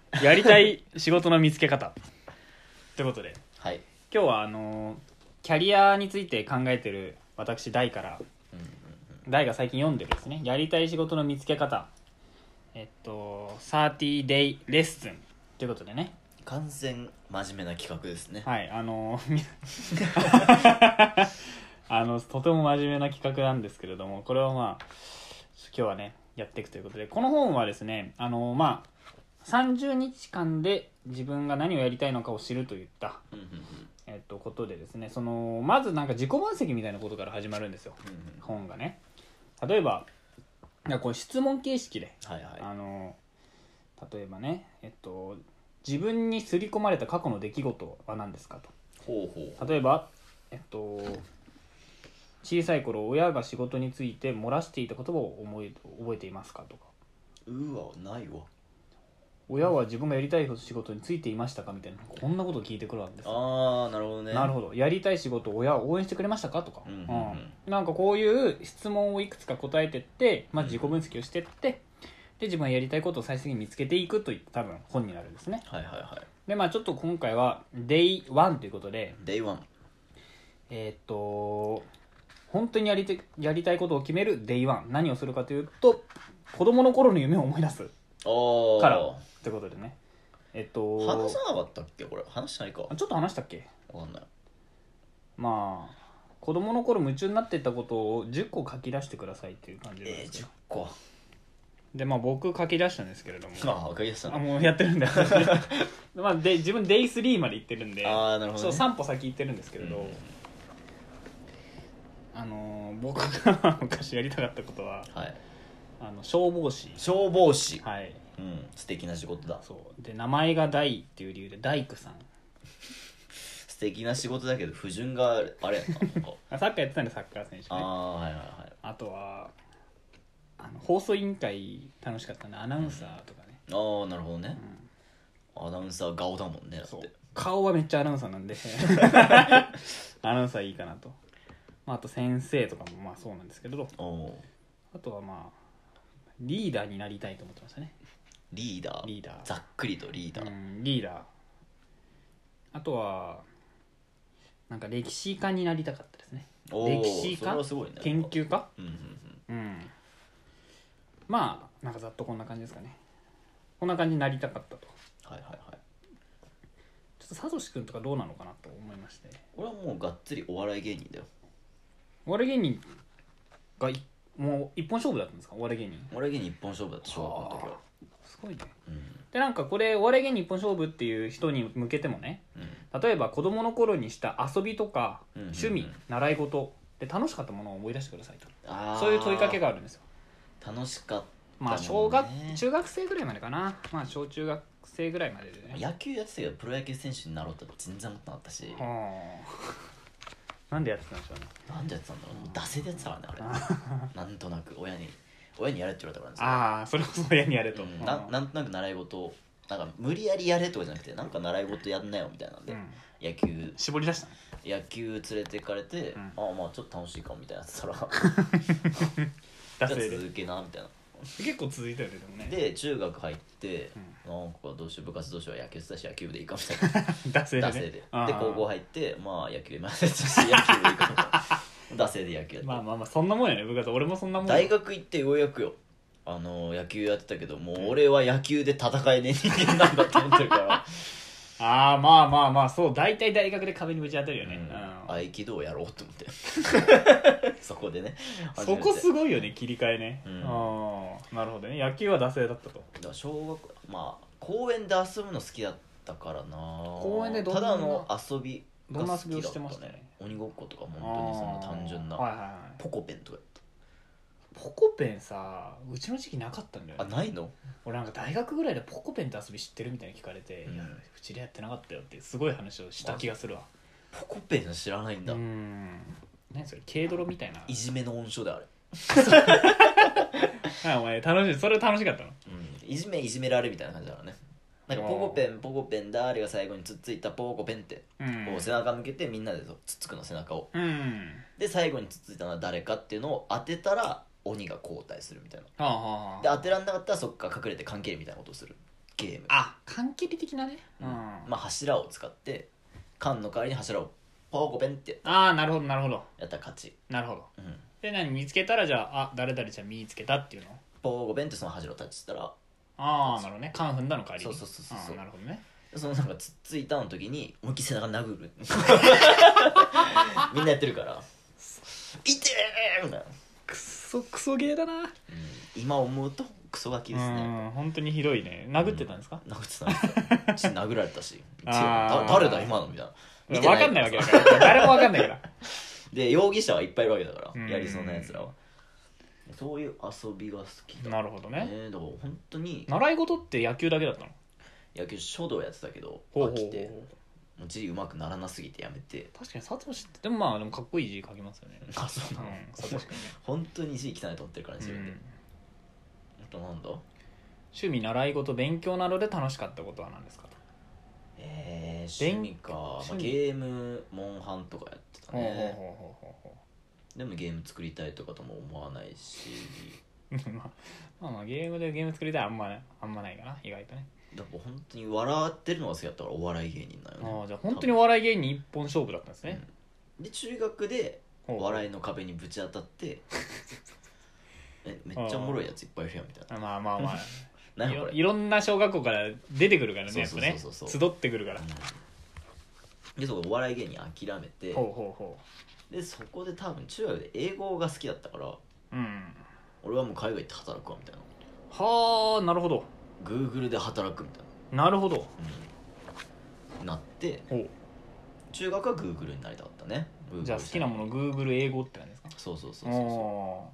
やりたい仕事の見つけ方ということで、 はい、 今日はキャリアについて考えてる私大から大が最近読んでるですね、やりたい仕事の見つけ方30 day レッスンということでね、 完全真面目な企画ですね。 はいとても真面目な企画なんですけれども、これをまあ今日はねやっていくということで、この本はですね30日間で自分が何をやりたいのかを知るといった、ことでですね、まずなんか自己分析みたいなことから始まるんですよ、本がね。例えばこう質問形式で、 はいはい、 例えばね、自分に刷り込まれた過去の出来事は何ですかと。 ほうほう。 例えば小さい頃親が仕事について漏らしていた言葉を覚えていますかとか、 うわないわ。 親は自分がやりたい仕事についていましたかみたいな、こんなことを聞いてくるわけですよ。 ああなるほどね。 なるほど。やりたい仕事を親は応援してくれましたかとか、なんかこういう質問をいくつか答えてって、まず自己分析をしてって、で自分がやりたいことを最終的に見つけていくといった多分本になるんですね。 はいはいはい。 でちょっと今回は Day1 ということで、 Day1、 本当にやりたいことを決める Day1、何をするかというと、子供の頃の夢を思い出すからということでね、 話さなかったっけこれ。話してないか。 ちょっと話したっけ。 わかんない。 子供の頃夢中になっていたことを10個書き出してくださいっていう感じで、 10個で僕書き出したんですけれども、 書き出したの。 もうやってるんでで自分 Day3 まで行ってるんで、 なるほど、ね、 そう3歩先行ってるんですけれど、僕が昔やりたかったことは、 はい、 消防士。はい、 素敵な仕事だ。 そうで、名前が大っていう理由で大工さん。 素敵な仕事だけど不純があれやなサッカーやってたんで、サッカー選手ね。 はいはいはい。 あとは放送委員会楽しかったね、アナウンサーとかね。 なるほどね、アナウンサー顔だもんね。だって顔はめっちゃアナウンサーなんでアナウンサーいいかなと。あと先生とかもそうなんですけど、あとはリーダーになりたいと思ってましたね。 リーダーざっくりとリーダー、 リーダー。あとはなんか歴史家になりたかったですね。歴史家、 それはすごいね、 研究家。なんかざっとこんな感じですかね。こんな感じになりたかったと。 はいはいはい。 ちょっとサトシ君とかどうなのかなと思いまして。 俺はもうがっつりお笑い芸人だよ。 お笑い芸人がもう一本勝負だったんですか。お笑い芸人一本勝負だった、小学校の時は。 すごいね、でなんかこれお笑い芸人一本勝負っていう人に向けてもね、例えば子供の頃にした遊びとか、趣味、習い事で楽しかったものを思い出してくださいと。そういう問いかけがあるんですよ。 楽しかったもんね。中学生ぐらいまでかな。小中学生ぐらいまででね。 野球やってたけどプロ野球選手になろうと全然思ってなかったし。 なんでやってたんでしょうね。 なんでやってたんだろう。惰性でやってたからねあれなんとなく親にやれって言われたからですよ。それこそ親にやれと、 なんとなく習い事をなんか無理やりやれとかじゃなくて、なんか習い事やんなよみたいなんで、野球絞り出したの。 野球連れて行かれて、ちょっと楽しいかもみたいなやつたらじゃあ続けなみたいな。 結構続いたよね。でもね。 で中学入って、なんかどうしよう、部活どうしよう、野球したし野球部でいいかみたいな惰性で、 で高校入って野球やめたし野球でいいかみたいな惰性で野球やって、 そんなもんやね部活。俺もそんなもん。 大学行ってようやくよ、野球やってたけど、もう俺は野球で戦えねえ人間なんだと思ってるからそう、大体大学で壁にぶち当たるよね。 合気道やろうと思ってそこでね、 そこすごいよね、切り替えね。なるほどね。野球は惰性だったと。 だから小学公園で遊ぶの好きだったからな。 公園でただの遊びどんな遊びをしてましたね。 鬼ごっことか、本当にそんな単純な、ポコペンとかやった。 ポコペンさ、うちの時期なかったんだよね。 ないの？ 俺なんか大学ぐらいでポコペンって遊び知ってるみたいに聞かれて、いやうちでやってなかったよってすごい話をした気がするわ。 ポコペン知らないんだ。 何それ、軽泥みたいな。 いじめの温床であれお前楽しい、それ楽しかったの？ いじめられみたいな感じだからね。なんかポコペン誰が最後につっついたポコペンって、こう背中向けてみんなでつっつくの、背中を。で最後につっついたのは誰かっていうのを当てたら鬼が交代するみたいな。で当てらんなかったらそっから隠れて関係みたいなことをする。 ゲーム。 缶切り的なね。 まあ柱を使って缶の代わりに柱をポーコペンってなるほどなるほど。 やったら勝ち。 なるほど。で何見つけたらじゃあ誰々ちゃん見つけたっていうの。 ポーコペンってその柱をタッチしたら。 なるほどね。缶踏んだの代わりに。 そうなるほどね。 そのなんかつっついたの時に思いっきり背中殴るみんなやってるから「いてー!」みたいな。 クソゲーだな。 今思うとクソガキですね。 本当にひどいね。殴ってたんですか。 殴ってたんですよ。殴られたし誰だ今のみたいな。 分かんないわけだから誰も分かんないからで容疑者はいっぱいいるわけだからやりそうなやつらは。そういう遊びが好きだ。 なるほどね。 だから本当に習い事って野球だけだったの。 野球書道やってたけど飽きてもう字うまくならなすぎてやめて。 確かにサトシってでもかっこいい字書きますよね。 そうなの。 確かにね。 本当に字汚いと思ってるからね自分で。あとなんだ趣味習い事勉強などで楽しかったことは何ですか。 趣味か、ゲームモンハンとかやってたね。でもゲーム作りたいとかとも思わないしまあゲーム作りたいあんまないかな意外とね。 だから本当に笑ってるのが好きだったからお笑い芸人なのよね。 じゃあ本当にお笑い芸人一本勝負だったんですね。 で中学で笑いの壁にぶち当たってめっちゃおもろいやついっぱいいるやんみたいな。 まあ何これいろんな小学校から出てくるからね。やっぱね集ってくるから。 でそこお笑い芸人諦めてでそこで多分中学で英語が好きだったから俺はもう海外行って働くわみたいな。 なるほど。 Google で働くみたいな。なるほど。 なって中学は Google になりたかったね。 じゃあ好きなもの Google 英語って感じですか。 そう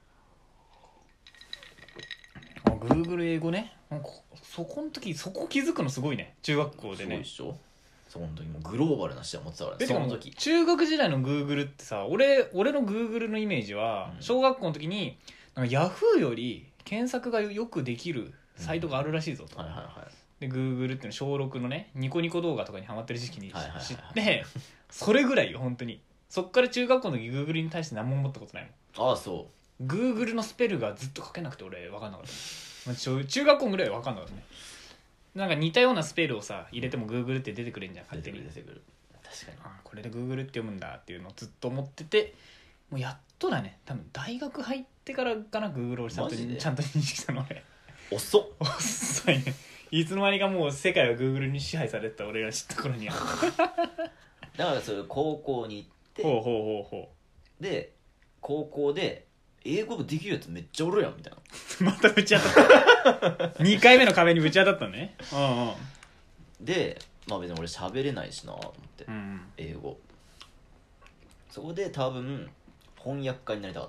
Google 英語ね。そこの時そこ気づくのすごいね。中学校でね。 そうでしょ。その時もうグローバルな視野持ってたからね。その時中学時代の Google ってさ、俺の Google のイメージは、小学校の時になんか Yahoo より検索がよくできるサイトがあるらしいぞと。で Google っていうの小6のねニコニコ動画とかにハマってる時期に知ってそれぐらいよ本当に。そっから中学校の時 Google に対して何も思ったことないもん。 そう。 Google のスペルがずっと書けなくて俺分かんなかった、中学校ぐらいは分かんなかったね。なんか似たようなスペルをさ入れても Google って出てくれんじゃん勝手に。 出てくる。確かにこれで Google って読むんだっていうのをずっと思ってて、もうやっとだね多分大学入ってからかな Google をちゃんと認識したの俺。遅いね。いつの間にかもう世界は Google に支配されてた俺が知った頃にはだからそれ高校に行ってで高校で英語できるやつめっちゃおるやんみたいなまたぶち当たった2回目の壁にぶち当たったね。 でまあ別に俺喋れないしなと思って、英語そこで多分翻訳家になりたかった。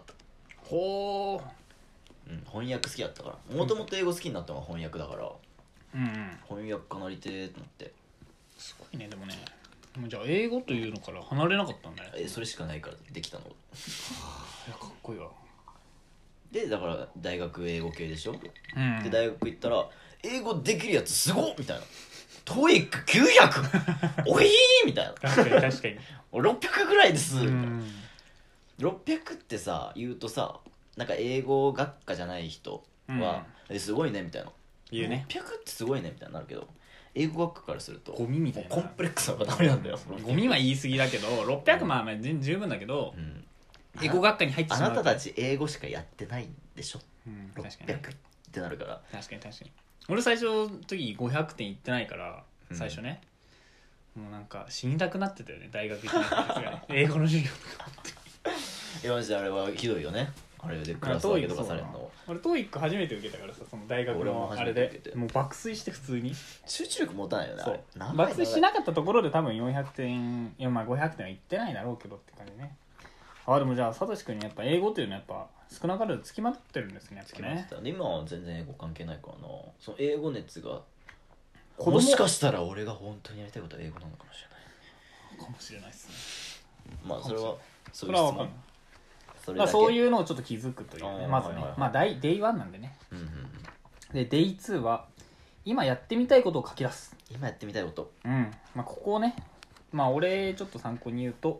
翻訳好きだったからもともと英語好きになったのが翻訳だから、翻訳家なりてーと思って。 すごいね。でもねじゃあ英語というのから離れなかったんだね。 それしかないからできたの。 いやかっこいいわ。 でだから大学英語系でしょ、で大学行ったら英語できるやつすごっみたいな。トイック900 おいーみたいな。 確かに 600ぐらいですみたいな。600ってさ言うとさなんか英語学科じゃない人は、すごいねみたいな言うね。 600ってすごいねみたいになるけど英語学科からするとゴミみたいなコンプレックスの塊なんだよ。 ゴミは言い過ぎだけど600まあ十分だけど、英語学科に入ってしまう。 あなたたち英語しかやってないんでしょ、600ってなるから。 確かに俺最初の時500点いってないから最初ね、もうなんか死にたくなってたよね大学行ってないから英語の授業とかいやマジであれはひどいよね。あれでクラス分けとかされるの。 俺TOEIC初めて受けたからさその大学のあれでもう爆睡して普通に集中力持たないよね。そう爆睡しなかったところで多分400点いやまあ500点はいってないだろうけどって感じね。でもじゃあサトシ君にやっぱ英語っていうのはやっぱ少なからず付きまとってるんですね。やっぱね今は全然英語関係ないからな。その英語熱がもしかしたら俺が本当にやりたいことは英語なのかもしれないですね。まあそれはそういう質問。 そういうのをちょっと気づくというね。まずねまあデイ1なんでね。でデイ2は今やってみたいことを書き出す。 今やってみたいこと。 まあここをねまあ俺ちょっと参考に言うと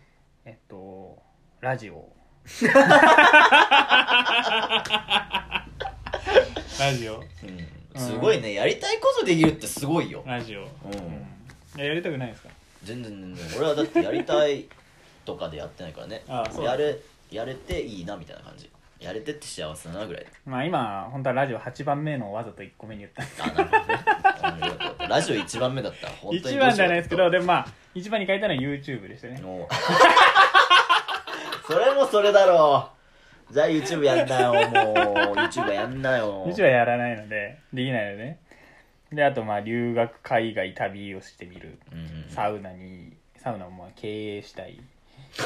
ラジオラジオ、 すごごいね、やりたいことできるってすごいよ。 ラジオ、 うんやりたくないですか？ 全然俺はだってやりたいとかでやってないからねああそうやれていいなみたいな感じ、やれてって幸せだなぐらい。 まあ今本当はラジオ8番目のをわざと1個目に言ったあ、なるほどね。ありがとう。ラジオ1番目だったら本当に 1番じゃないですけど、でもまあ1番に書いたのは YouTube でしたね。 もうそれもそれだろう。じゃあ YouTube やんなよ。もう YouTube やんなよ。 YouTube はやらないのでできないのでね。であとまあ留学海外旅をしてみる、サウナをまあ経営したいち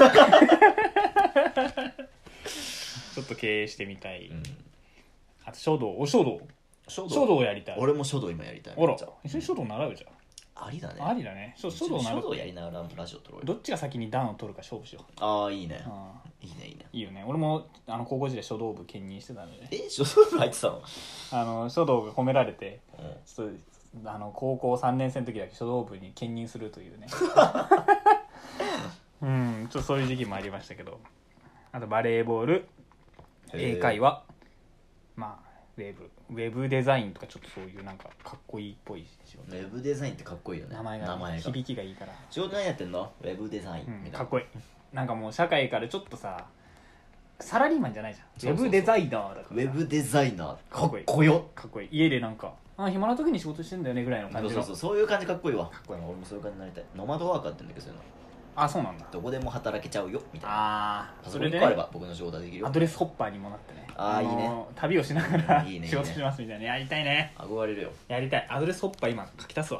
ょっと経営してみたい、あと書道をやりたい。 俺も書道今やりたい。 あら一緒に書道習うじゃん。 ありだね。 ありだね。書道やりながらラジオ撮ろうよ。 どっちが先に段を取るか勝負しよう。 ああいいね。いいいよね。俺も高校時代書道部兼任してたので、 書道部入ってたの？ 書道が褒められて、ちょっと高校3年生の時だけ書道部に兼任するというねちょっとそういう時期もありましたけど、あとバレーボール、英会話、まあウェブデザインとか、ちょっとそういうなんかかっこいいっぽい仕事。 ウェブデザインってかっこいいよね。 名前が響きがいいから。 仕事何やってんの？ウェブデザインみたいな、 かっこいい。なんかもう社会からちょっとさ、サラリーマンじゃないじゃん。 そうそうそうウェブデザイナーだから。 ウェブデザイナーかっこかっこいい。家でなんか暇な時に仕事してんだよねぐらいの感じの。 そういう感じかっこいいわ。 かっこいい。 俺もそういう感じになりたい。ノマドワーカーって言うんだけど、そういうの。 あ、そうなんだ。 どこでも働けちゃうよみたいな。 ああ、 それで1個あれば僕の仕事はできるよ。 アドレスホッパーにもなってね。 ああいいね。 旅をしながらいいね仕事しますみたいな。やりたいね。 憧れるよ。 やりたい。アドレスホッパー今書き足すわ。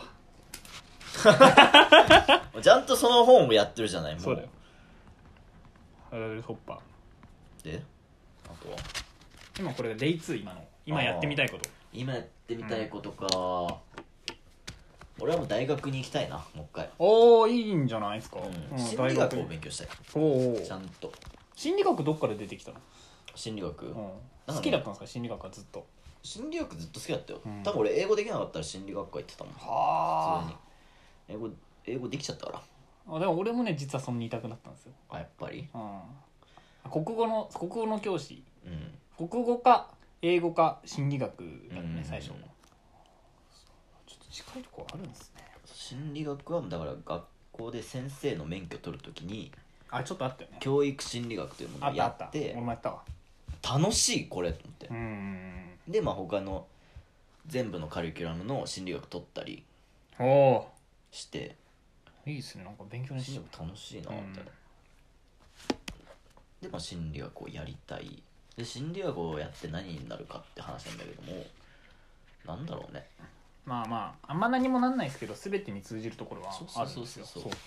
ちゃんとその本をやってるじゃない。もうそうだよ。アドレスホッパーで、あとは今これが Day2。今やってみたいこと。 今やってみたいことか、俺はもう大学に行きたいな、もう一回。 おー、いいんじゃないですか。 心理学を勉強したい。ちゃんと。 心理学どっから出てきたの？ 心理学、 好きだったんですか？心理学はずっと。 心理学ずっと好きだったよ、多分俺英語できなかったら心理学科行ってたもん。 は普通に英語できちゃったから。 でも俺もね実はそんなに痛くなったんですよ。 やっぱり、 国語の教師、国語か英語か心理学だね、最初の。ちょっと近いとこあるんですね。 心理学はだから学校で先生の免許取るときにちょっとあったよね。 教育心理学というものをやって俺もやったわ。 楽しいこれと思って、で他の全部のカリキュラムの心理学取ったりしていいっすね。なんか勉強にして楽しいなって、で心理学をやりたい。で心理学をやって何になるかって話なんだけども、なんだろうね。 まああんま何もなんないですけど、全てに通じるところはあるんですよ。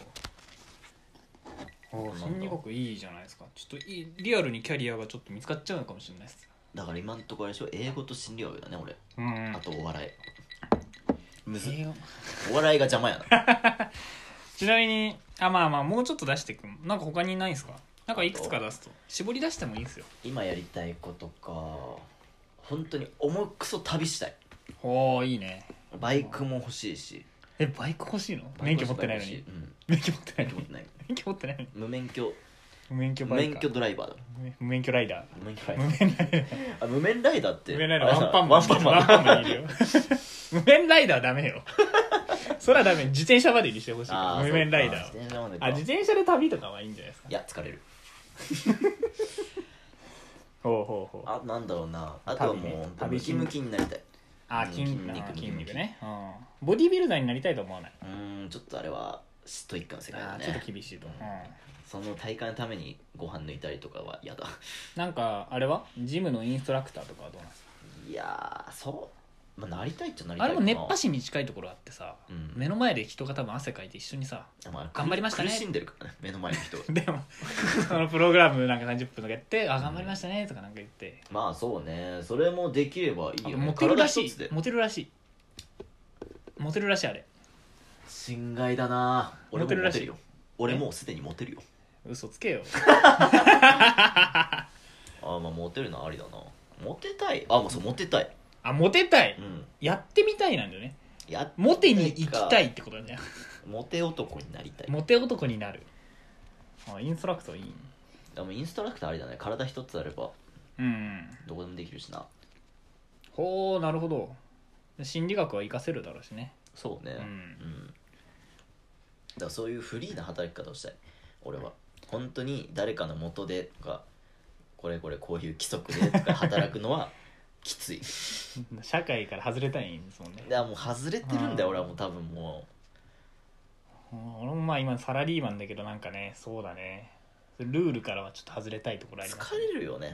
心理学いいじゃないですか。ちょっとリアルにキャリアがちょっと見つかっちゃうのかもしれないです。だから今のところでしょ、英語と心理学だね俺。あとお笑いむずい。お笑いが邪魔やな。 ちなみにまあもうちょっと出していく。なんか他にないんすか？なんかいくつか出すと絞り出してもいいんですよ。 今やりたいことか、本当に重くそ旅したい。 いいね。 バイクも欲しいし。 バイク欲しいの？免許持ってないのに。免許持ってないのに。無免許ドライバーだ。 無免許ライダー。 無免ライダーってワンパンマンいるよ。無免ライダーはダメよ。それはダメ。自転車までにしてほしい。無免ライダーは。自転車で旅とかはいいんじゃないですか。 いや疲れる。なんだろうな。あとはもうムキムキになりたい。 筋肉ね。ボディビルダーになりたいと思わない？ ちょっとあれはストイックな世界だね。 ちょっと厳しいと。 その大会のためにご飯抜いたりとかは嫌だ。 なんかあれはジムのインストラクターとかはどうなんですか？ いやなりたいっちゃなりたいかな。 あれも熱波師に近いところあってさ、目の前で人が多分汗かいて一緒にさ、頑張りましたね。 苦しんでるからね、目の前の人でもそのプログラムなんか30分とかやって頑張りましたねとかなんか言って、 そうね、それもできればいいよね。 モテるらしい。モテるらしいあれ。 心外だな。俺もモテるよ。俺もうすでにモテるよ。 嘘つけよ。 モテるのありだな。モテたい。モテたい。 モテたい、やってみたいなんだよね。モテに行きたいってことだね。 モテ男になりたい。 モテ男になる。インストラクターいい。 でもインストラクターありだね。体一つあればどこでもできるしな。 なるほど。 心理学は活かせるだろうしね。 そうね、だからそういうフリーな働き方をしたい俺は。本当に誰かの下でとかこういう規則でとか働くのはきつい社会から外れたいんですもんね。 いやもう外れてるんだよ俺はもう多分も俺もまあ今サラリーマンだけどなんかね、そうだね、ルールからはちょっと外れたいところあります、 疲れるよね。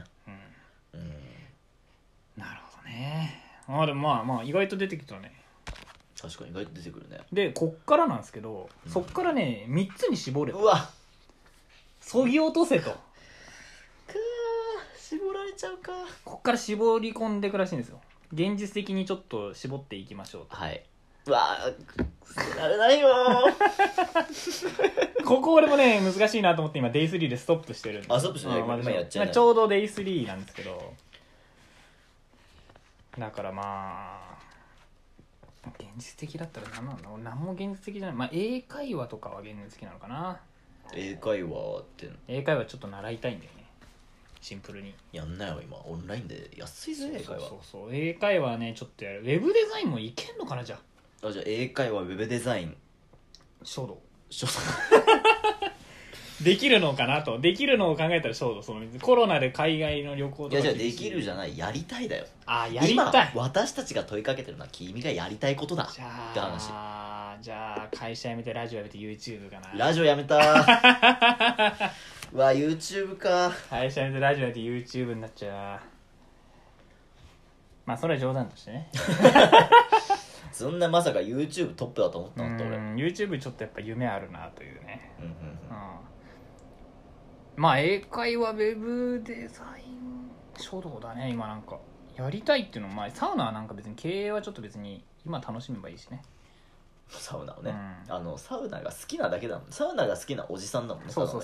なるほどね。でもまあ意外と出てきたね。 確かに意外と出てくるね。 でこっからなんですけど、そっからね3つに絞れと。 うわそぎ落とせと。 絞られちゃうか。 こっから絞り込んでいくらしいんですよ。現実的にちょっと絞っていきましょうと。 はい。うわ捨てられないよここ俺もね難しいなと思って今 Day3 でストップしてるんです。 ストップしてない、今やっちゃう、ね、 ちょうど Day3 なんですけど、だからまあ現実的だったら何なんだろう。何も現実的じゃない。英会話とかは現実的なのかな。 英会話って英会話ちょっと習いたいんだよね、シンプルに。 やんなよ今オンラインで安いぜ英会話。 そう英会話ねちょっとやる。ウェブデザインもいけんのかな。じゃあ英会話ウェブデザイン書道できるのかなと。できるのを考えたら書道。コロナで海外の旅行とか。 いやじゃあできるじゃない、やりたいだよ。 やりたい。 今私たちが問いかけてるのは君がやりたいことだって話。 じゃあ会社辞めてラジオ辞めて YouTube かな。 ラジオやめたうわ YouTube か。 会社辞めてラジオ辞めて YouTube になっちゃうな。まあそれは冗談としてねそんなまさか YouTube トップだと思ったのって俺。 YouTube ちょっとやっぱ夢あるなというね。まあ英会話ウェブデザイン書道だね。今なんかやりたいっていうのも、サウナはなんか別に経営はちょっと別に今楽しめばいいしね。 サウナをね、サウナが好きなだけだもん。サウナが好きなおじさんだもんね。 そう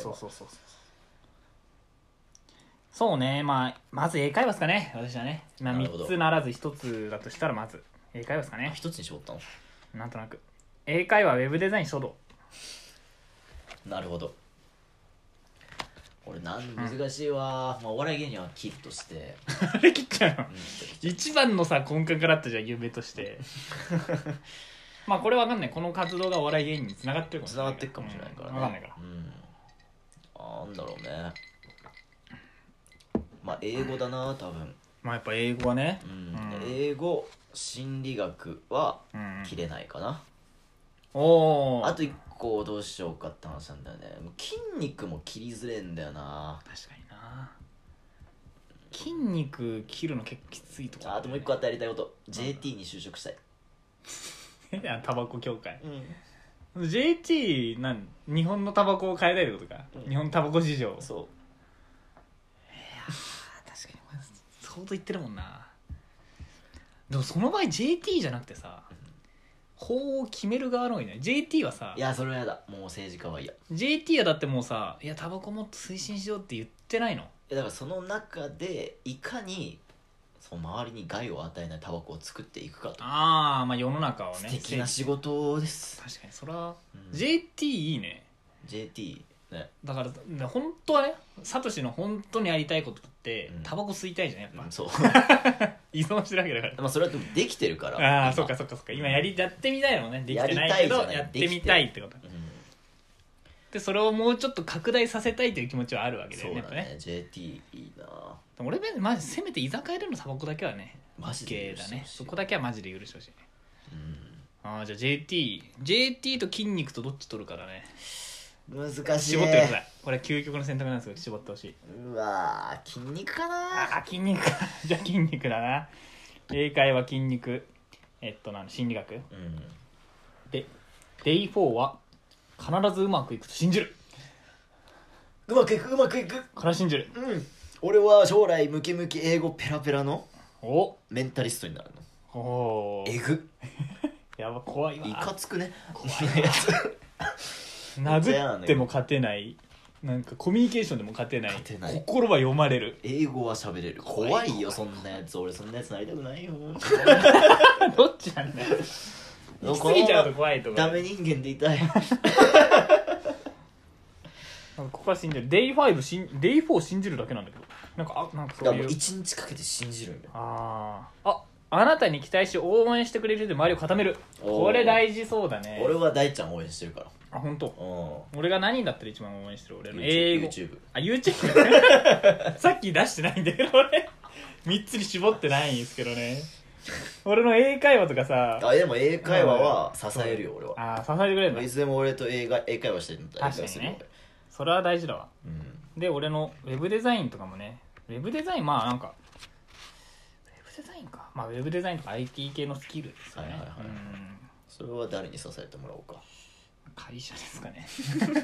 そうね。まず英会話ですかね私はね。3つならず1つだとしたらまず英会話ですかね。 1つに絞ったのなんとなく英会話ウェブデザイン書道。 なるほど。俺難しいわ、お笑い芸人は切るとしてあれ切っちゃうの、一番のさ根幹からあったじゃん夢としてまあこれわかんない。この活動がお笑い芸人につながってるかもしれない。 つながってるかもしれないからね。 わかんないから。 なんだろうね。英語だな多分。 やっぱ英語はね。 英語心理学は切れないかな。あと1個どうしようかって話なんだよね。筋肉も切りづれんだよな。 確かにな。筋肉切るの結構きついとこ、 あともう1個あってやりたいこと。JT に就職したい。 タバコ協会、JT 日本のタバコを変えたいってことか、日本タバコ市場。 そう。 確かに相当言ってるもんな。でもその場合 JT じゃなくてさ、法を決める側の方がいいね。 JT はさ、 いやそれはやだ。もう政治家は嫌。 JT はだってもうさ、いやタバコもっと推進しようって言ってないの。 だからその中でいかにその周りに害を与えないタバコを作っていくかと。 世の中をね。 素敵な仕事です。 確かにそれは、JT いいね。 JT ね。 だから本当はね、サトシの本当にやりたいことってタバコ吸いたいじゃんやっぱ、 そう依存してるわけだから。 それはできてるから。 そっか今やってみたいのもね、できてないけどやってみたいってこと、でそれをもうちょっと拡大させたいという気持ちはあるわけだよね。 そうだね。JT いいな。 俺マジせめて居酒屋でのタバコだけはねマジで OK だね。そこだけはマジで許してほしいね。じゃあ JT と筋肉とどっち取るからね。 難しい。 絞ってください。これは究極の選択なんですけど絞ってほしい。 うわ筋肉かな。 筋肉かじゃあ筋肉だな。英会話筋肉心理学、で Day4 は必ずうまくいくと信じる。 うまくいくから信じる。 俺は将来ムキムキ英語ペラペラのメンタリストになるの。えぐやば怖いわ。 いかつくね。 怖いやつ殴っても勝てない。なんかコミュニケーションでも勝てない。心は読まれる。 英語は喋れる。怖いよそんなやつ。俺そんなやつなりたくないよどっちなんだよ。行き過ぎちゃうと怖いとか。 ダメ人間でいたいここは信じる。Day4 信じるだけなんだけど、なんかそういう 1日かけて信じるんだよ。 ああなたに期待し応援してくれる人で周りを固める。これ大事そうだね。 俺は大ちゃん応援してるから。 あ、本当。俺が何だったら一番応援してる？俺の YouTube。 あ、YouTube さっき出してないんだけど俺3つに絞ってないんですけどね。俺の英会話とかさ。 あ、でも英会話は支えるよ俺は。 あ、支えてくれるんだ。 いつでも俺と英会話してるんだ。 確かにね。それは大事だわ。で、俺のウェブデザインとかもね。ウェブデザイン、まあなんかウェブデザインか、まあウェブデザインとか IT 系のスキルですよね。 それは誰に支えてもらおうか。 会社ですかね。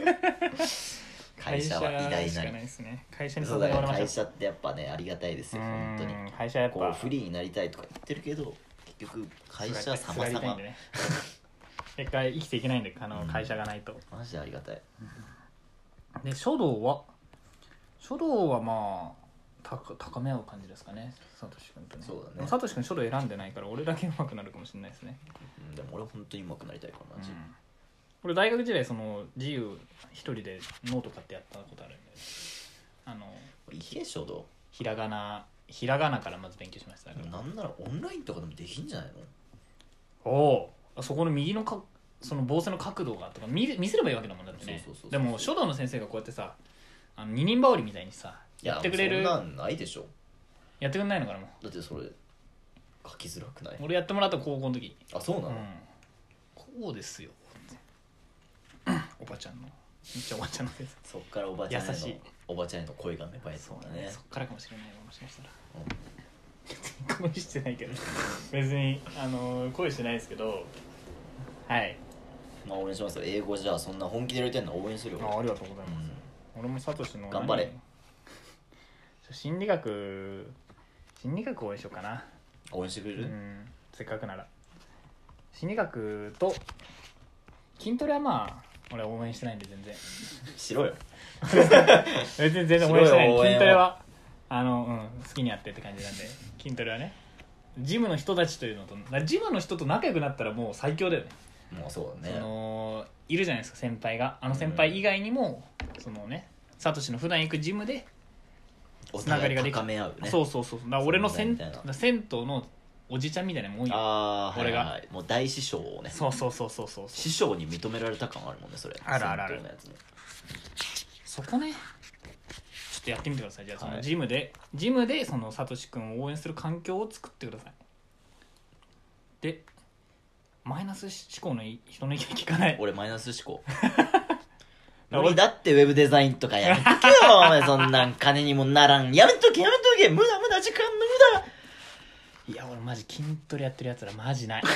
会社は偉大なり。 会社に支えてもらいましょう。 会社ってやっぱねありがたいですよ本当に。 会社やっぱこうフリーになりたいとか言ってるけど結局会社は様々。 結果生きていけないんで会社がないと。 マジでありがたい。 で書道はまあ高め合う感じですかね、サトシ君とね。 そうだね。 サトシ君書道選んでないから俺だけ上手くなるかもしれないですね。 でも俺本当に上手くなりたいからマジ。 俺大学時代その自由一人でノート買ってやったことあるんで、 いけ書道。 ひらがなからまず勉強しました。 なんならオンラインとかでもできんじゃないの？おお、そこの右のその棒線の角度がとか見せればいいわけだもんだってね。でも書道の先生がこうやってさ二人羽織みたいにさやってくれる。 そんなんないでしょ。 やってくれないのかなもう。 だってそれ書きづらくない？ 俺やってもらった高校の時。 あ、そうなの？ こうですよおばちゃんのめっちゃおばちゃんの先生。 そっからおばちゃんへの優しいおばちゃんへの声が芽生えそうだね。 そっからかもしれないよ、もしかしたら。恋してないけど別に恋してないですけど、はい。 まあ応援しますよ。英語じゃあそんな本気でやりたいの応援するよ。 ありがとうございます。俺もサトシの頑張れ。 心理学応援しようかな。 応援してくれる？ せっかくなら。心理学と筋トレはまあ俺は応援してないんで全然しろよ。 別に全然応援してない。筋トレは好きにやってって感じなんで。筋トレはね、ジムの人たちというのとジムの人と仲良くなったらもう最強だよね。 もうそうだね。 いるじゃないですか先輩が。先輩以外にもそのねサトシの普段行くジムでつながりができる。 高め合うね。 そうだから俺の銭湯のおじちゃんみたいなもんよ。俺がもう大師匠をね。 そう師匠に認められた感あるもんねそれ。 ある。そこねちょっとやってみてください。じゃあそのジムでそのサトシ君を応援する環境を作ってください。でマイナス思考の人の意見聞かない。 俺マイナス思考無理だってウェブデザインとかやめとけよお前。そんなん金にもならん。やめとけ無駄時間の無駄。 いや俺マジ筋トレやってるやつらマジない。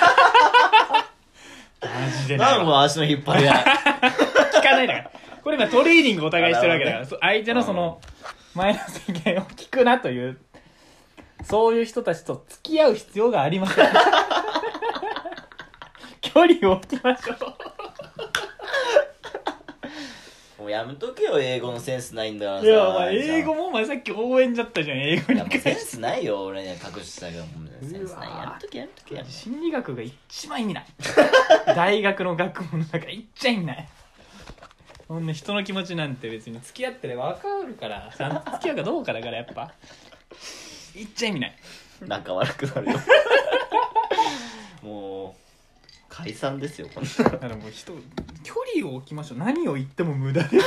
マジでない。 なんも足の引っ張りない。 聞かないだから。これ今トレーニングお互いしてるわけだから、相手のそのマイナス意見を聞くなという、そういう人たちと付き合う必要がありません。距離を置きましょう。 もうやめとけよ。英語のセンスないんだからさ。 いやお前英語もお前さっき応援じゃったじゃん。英語に関してセンスないよ俺には隠してたけど。センスない。やめとけ。 心理学が一番意味ない。大学の学問の中いっちゃ意味ない。そんな人の気持ちなんて別に付き合ってれば分かるから、ちゃんと付き合うかどうかだから、やっぱいっちゃ意味ない。 仲悪くなるよ。もう解散ですよ。 だからもう距離を置きましょう。何を言っても無駄です。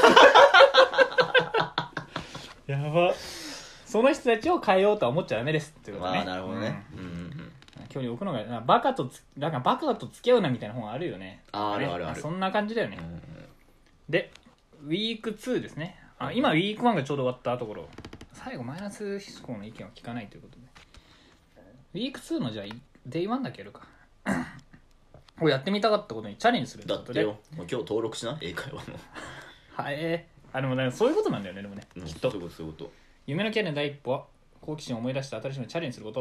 やば。その人たちを変えようとは思っちゃダメですってことね。 なるほどね。 距離を置くのがバカと付き合うなみたいな本あるよね。 ある。 そんな感じだよね。でウィーク2ですね。今ウィーク1がちょうど終わったところ、最後マイナス思考の意見を聞かないということで、ウィーク2のじゃあデイ1だけやるか。これやってみたかったことにチャレンジするだってよ。もう今日登録しな英会話の。 はい。でもそういうことなんだよね。でもね、きっとそういうこと。 夢のキャリアの第一歩は好奇心を思い出して新しいのにチャレンジすること。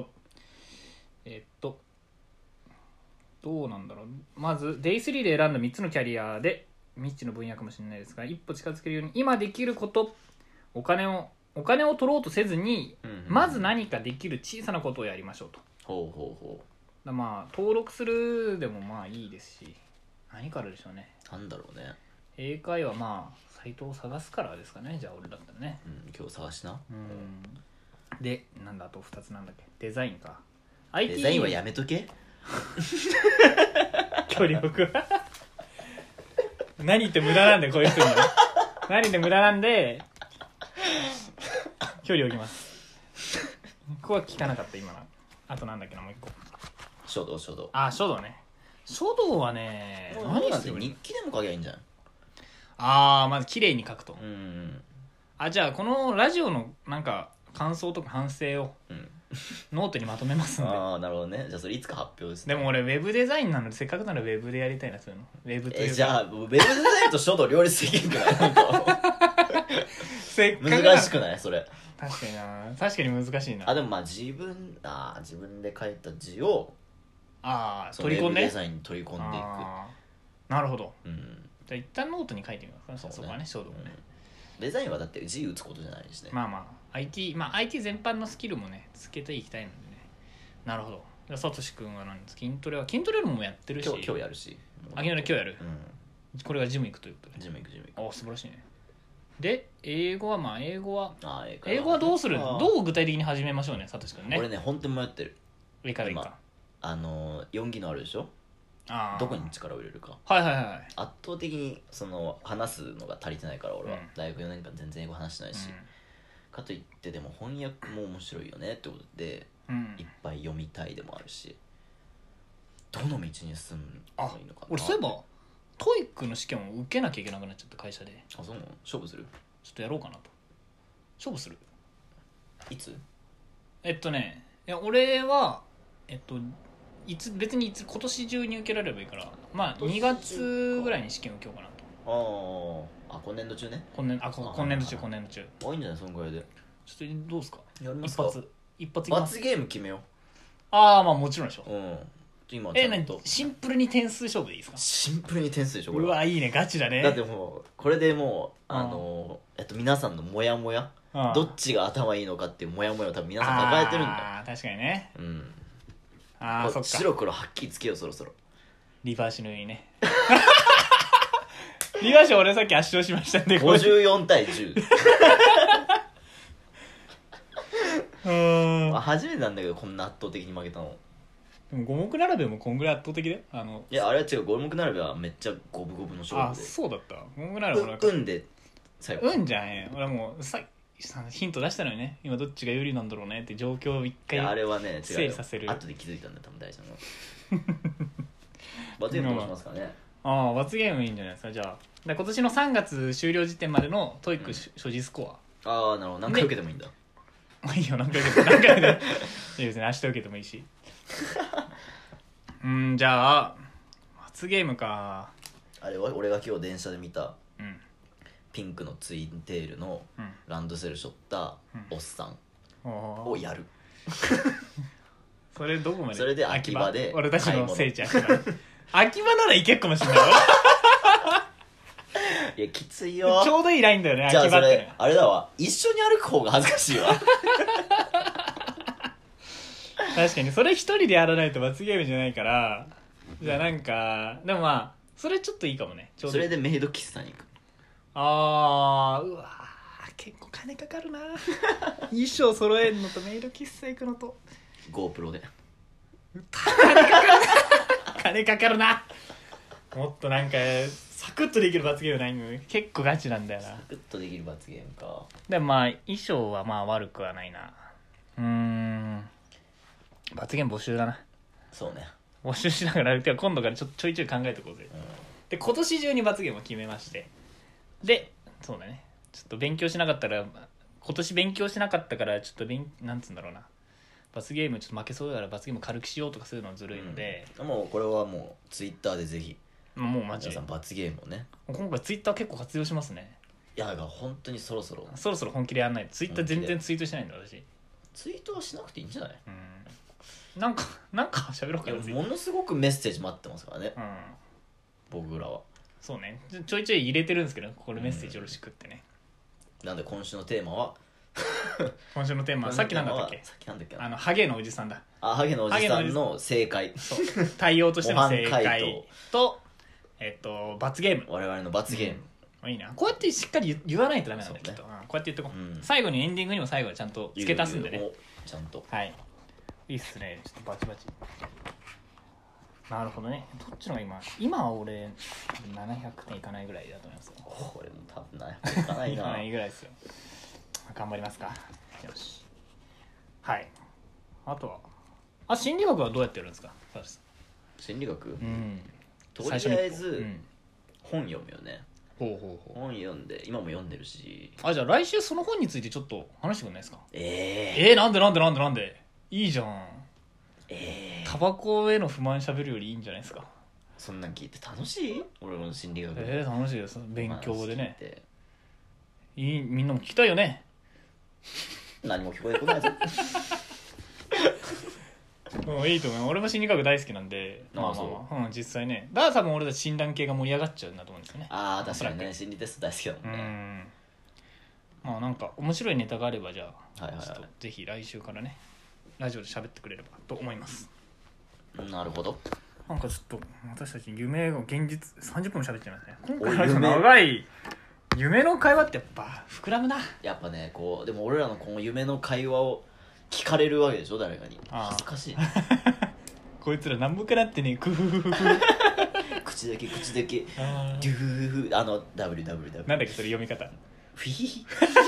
どうなんだろう。まず Day3 で選んだ3つのキャリアで未知の分野かもしれないですが、一歩近づけるように今できること、お金を取ろうとせずに、まず何かできる小さなことをやりましょうと。まあ登録するでもまあいいですし、何からでしょうね。 なんだろうね。 英会話まあサイトを探すからですかね。じゃあ俺だったらね。 今日探しな。 でなんだあと2つなんだっけ。デザインか。 IT デザインはやめとけ。 距離僕は何言って無駄なんでこういう人には何言って無駄なんで距離を置きます。ここは聞かなかった今の。あとなんだっけな、もう一個。 書道書道。 書道ね。書道はね、 何なんて日記でも書きゃいいんじゃん。 まず綺麗に書くと。じゃあこのラジオのなんか感想とか反省をノートにまとめますんで。 なるほどね。じゃあそれいつか発表ですね。 でも俺ウェブデザインなのでせっかくならウェブでやりたいな、そういうの。ウェブというかじゃあウェブデザインと書道両立できんくない？なんかせっかく難しくないそれ。 確かにな。確かに難しいな。 でもまあ自分で書いた字を取り込んでウェブデザインに取り込んでいく。 なるほど。 じゃあ一旦ノートに書いてみますか。そこはね、書道もね。 デザインはだって字打つことじゃないしね。 IT 全般のスキルもねつけていきたいのでね。なるほど。じゃあサトシ君は何ですか？筋トレもやってるし、 今日やるし。 今日やる。これがジム行くということで。 ジム行く。 素晴らしいね。で英語は英語はどうする？どう具体的に始めましょうね、サトシ君ね。 俺ね本当に迷ってる。 いいか 4技能あるでしょ。どこに力を入れるか。圧倒的に話すのが足りてないから俺は、大学4年間全然英語話してないし、かといってでも翻訳も面白いよねってことで、いっぱい読みたいでもあるし、どの道に進むのがいいのかな。 俺そういえばトイックの試験を受けなきゃいけなくなっちゃった、会社で。 そうなの？勝負する？ ちょっとやろうかなと。勝負する？ いつ？ 俺はいつ別に今年中に受けられればいいから、2月ぐらいに試験受けようかなと。 今年度中ね。 今年度中。 いいんじゃない？そのぐらいで。 ちょっとどうですか？ やりますか？ 一発罰ゲーム決めよう。もちろんでしょ。 今シンプルに点数勝負でいいですか？ シンプルに点数でしょこれ。 うわいいね、ガチだね。 だってもうこれでもう皆さんのモヤモヤ、どっちが頭いいのかっていうモヤモヤを多分皆さん抱えてるんだ。 確かにね。そっか。 白黒はっきりつけようそろそろ。 リバーシのようにね。リバーシ俺さっき圧勝しましたんで 54対10。初めてなんだけどこんな圧倒的に負けたの。 でも五目並べもこんぐらい圧倒的で。 いやあれは違う、五目並べはめっちゃ五分五分の勝負で。 そうだった。五目並べもで最後じゃんね。俺もうヒント出したのにね、今どっちが有利なんだろうねって状況を一回あれはね整理させる。 後で気づいたんだ多分大事なの。罰ゲームどうしますかね。 罰ゲームいいんじゃないですか。じゃあ今年の3月終了時点までのトイック所持スコア。なるほど。何回受けてもいいんだ。 いいよ、何回受けてもいいですね。明日受けてもいいし。じゃあ罰ゲームか。 あれは俺が今日電車で見た、ピンクのツインテールのランドセル背負ったおっさんをやる。 それどこまで？ それで秋葉で俺たちの聖地秋葉秋葉ならいけっかもしれないよ。 いやきついよ。 ちょうどいいラインだよね。 じゃあそれあれだわ、一緒に歩く方が恥ずかしいわ。 確かにそれ一人でやらないと罰ゲームじゃないから。じゃあなんかでもそれちょっといいかもね。 それでメイド喫茶に行く。 うわ結構金かかるな。衣装揃えるのとメイド喫茶行くのと GoPro で金かかるな。もっとなんかサクッとできる罰ゲームないの？結構ガチなんだよな。 サクッとできる罰ゲームか。 でも衣装は悪くはないな。罰ゲーム募集だな。 そうね、 募集しながら今度からちょいちょい考えておこうぜ。で今年中に罰ゲームを決めまして、でそうだね、ちょっと勉強しなかったら今年勉強しなかったからちょっとなんつうんだろうな、罰ゲームちょっと負けそうだから罰ゲーム軽くしようとかするのはずるいので、 もうこれはもうツイッターでぜひもうマジで皆さん罰ゲームをね。 今回ツイッター結構活用しますね。 いやだから本当にそろそろ本気でやんないと。ツイッター全然ツイートしないんだ私。 ツイートはしなくていいんじゃない？ なんか喋ろうかな。 ものすごくメッセージ待ってますからね、僕らは。 そうね、ちょいちょい入れてるんですけど、これメッセージよろしくってね。 なんで今週のテーマは今週のテーマはさっきなんだったっけ？ハゲのおじさんだ。 ハゲのおじさんの正解。 対応としての正解と罰ゲーム。 我々の罰ゲーム、 いいな。こうやってしっかり言わないとダメなんだ、きっと。こうやって言ってこう。最後にエンディングにも最後はちゃんと付け足すんでね。 ちゃんと。 はい。 いいっすね。ちょっとバチバチ。なるほどね。どっちのが今は俺700点いかないぐらいだと思いますよ。 これも多分700点いかないな。 いかないぐらいですよ。頑張りますか。よし。はい。あとは心理学はどうやってやるんですか、佐藤さん。 心理学、 うん、 とりあえず、本読むよね。 ほうほうほう。 本読んで今も読んでるし。 じゃあ来週その本についてちょっと話してくれないですか。なんでいいじゃん。タバコへの不満しゃべるよりいいんじゃないですか。 そんなん聞いて楽しい？俺の心理学。 楽しいです。勉強でね。みんなも聞きたいよね。 何も聞こえてこないぞ。 いいと思う。俺も心理学大好きなんで、実際ね。だから多分俺たち診断系が盛り上がっちゃうんだと思うんですよね。 確かにね、心理テスト大好きだもんね。 なんか面白いネタがあれば、じゃあ、 ちょっとぜひ来週からねラジオで喋ってくれればと思います。 なるほど。 なんかちょっと私たち夢が現実30分も喋っちゃいますね。今回の長い夢の会話ってやっぱ膨らむな。 やっぱね、でも俺らのこの夢の会話を聞かれるわけでしょ、誰かに。恥ずかしい。 こいつらなんもかなってね、クフフフフ口だけデューフ WWW なんだっけそれ読み方。 フヒヒ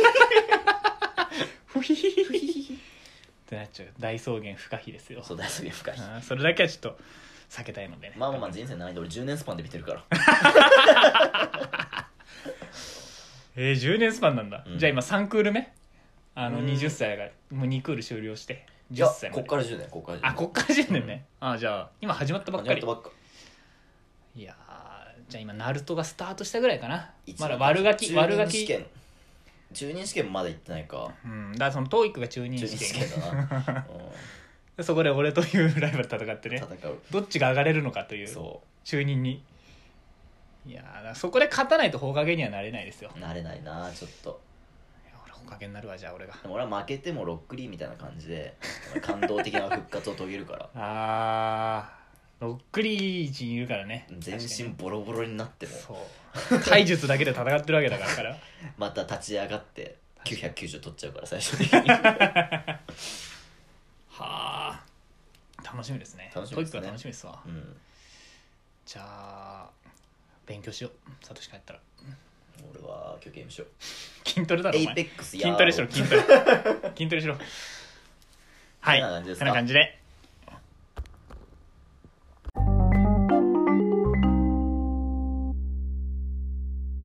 フヒヒヒヒってなっちゃう。大草原不可避ですよ。 そう、大草原不可避。 それだけはちょっと避けたいのでね。 まあ人生長いんで俺10年スパンで見てるから 10年スパンなんだ、じゃあ今3クール目20歳がもう2クール終了して10歳まで。 こっから10年こっから 10年ね。じゃあ今始まったばっかり。いやじゃあ今ナルトがスタートしたぐらいかな。まだ悪ガキ中任試験もまだ行ってないか。 だからその TOEIC が中任試験だなそこで俺というライバル戦ってね、どっちが上がれるのかという中任に。いやそこで勝たないと放課後にはなれないですよ。 なれないな、ちょっと。 俺放課後になるわ。じゃあ俺が。 でも俺は負けてもロックリーみたいな感じで感動的な復活を遂げるからロックリーチにいるからね。 全身ボロボロになってもそう体術だけで戦ってるわけだからまた立ち上がって990取っちゃうから最終的に楽しみですね。 楽しみですね。 楽しみですわ。じゃあ勉強しよう。サトシ帰ったら。 俺は今日ゲームしよう。筋トレだろお前。 エイペックス筋トレしろ。筋トレしろ。はい。こんな感じで。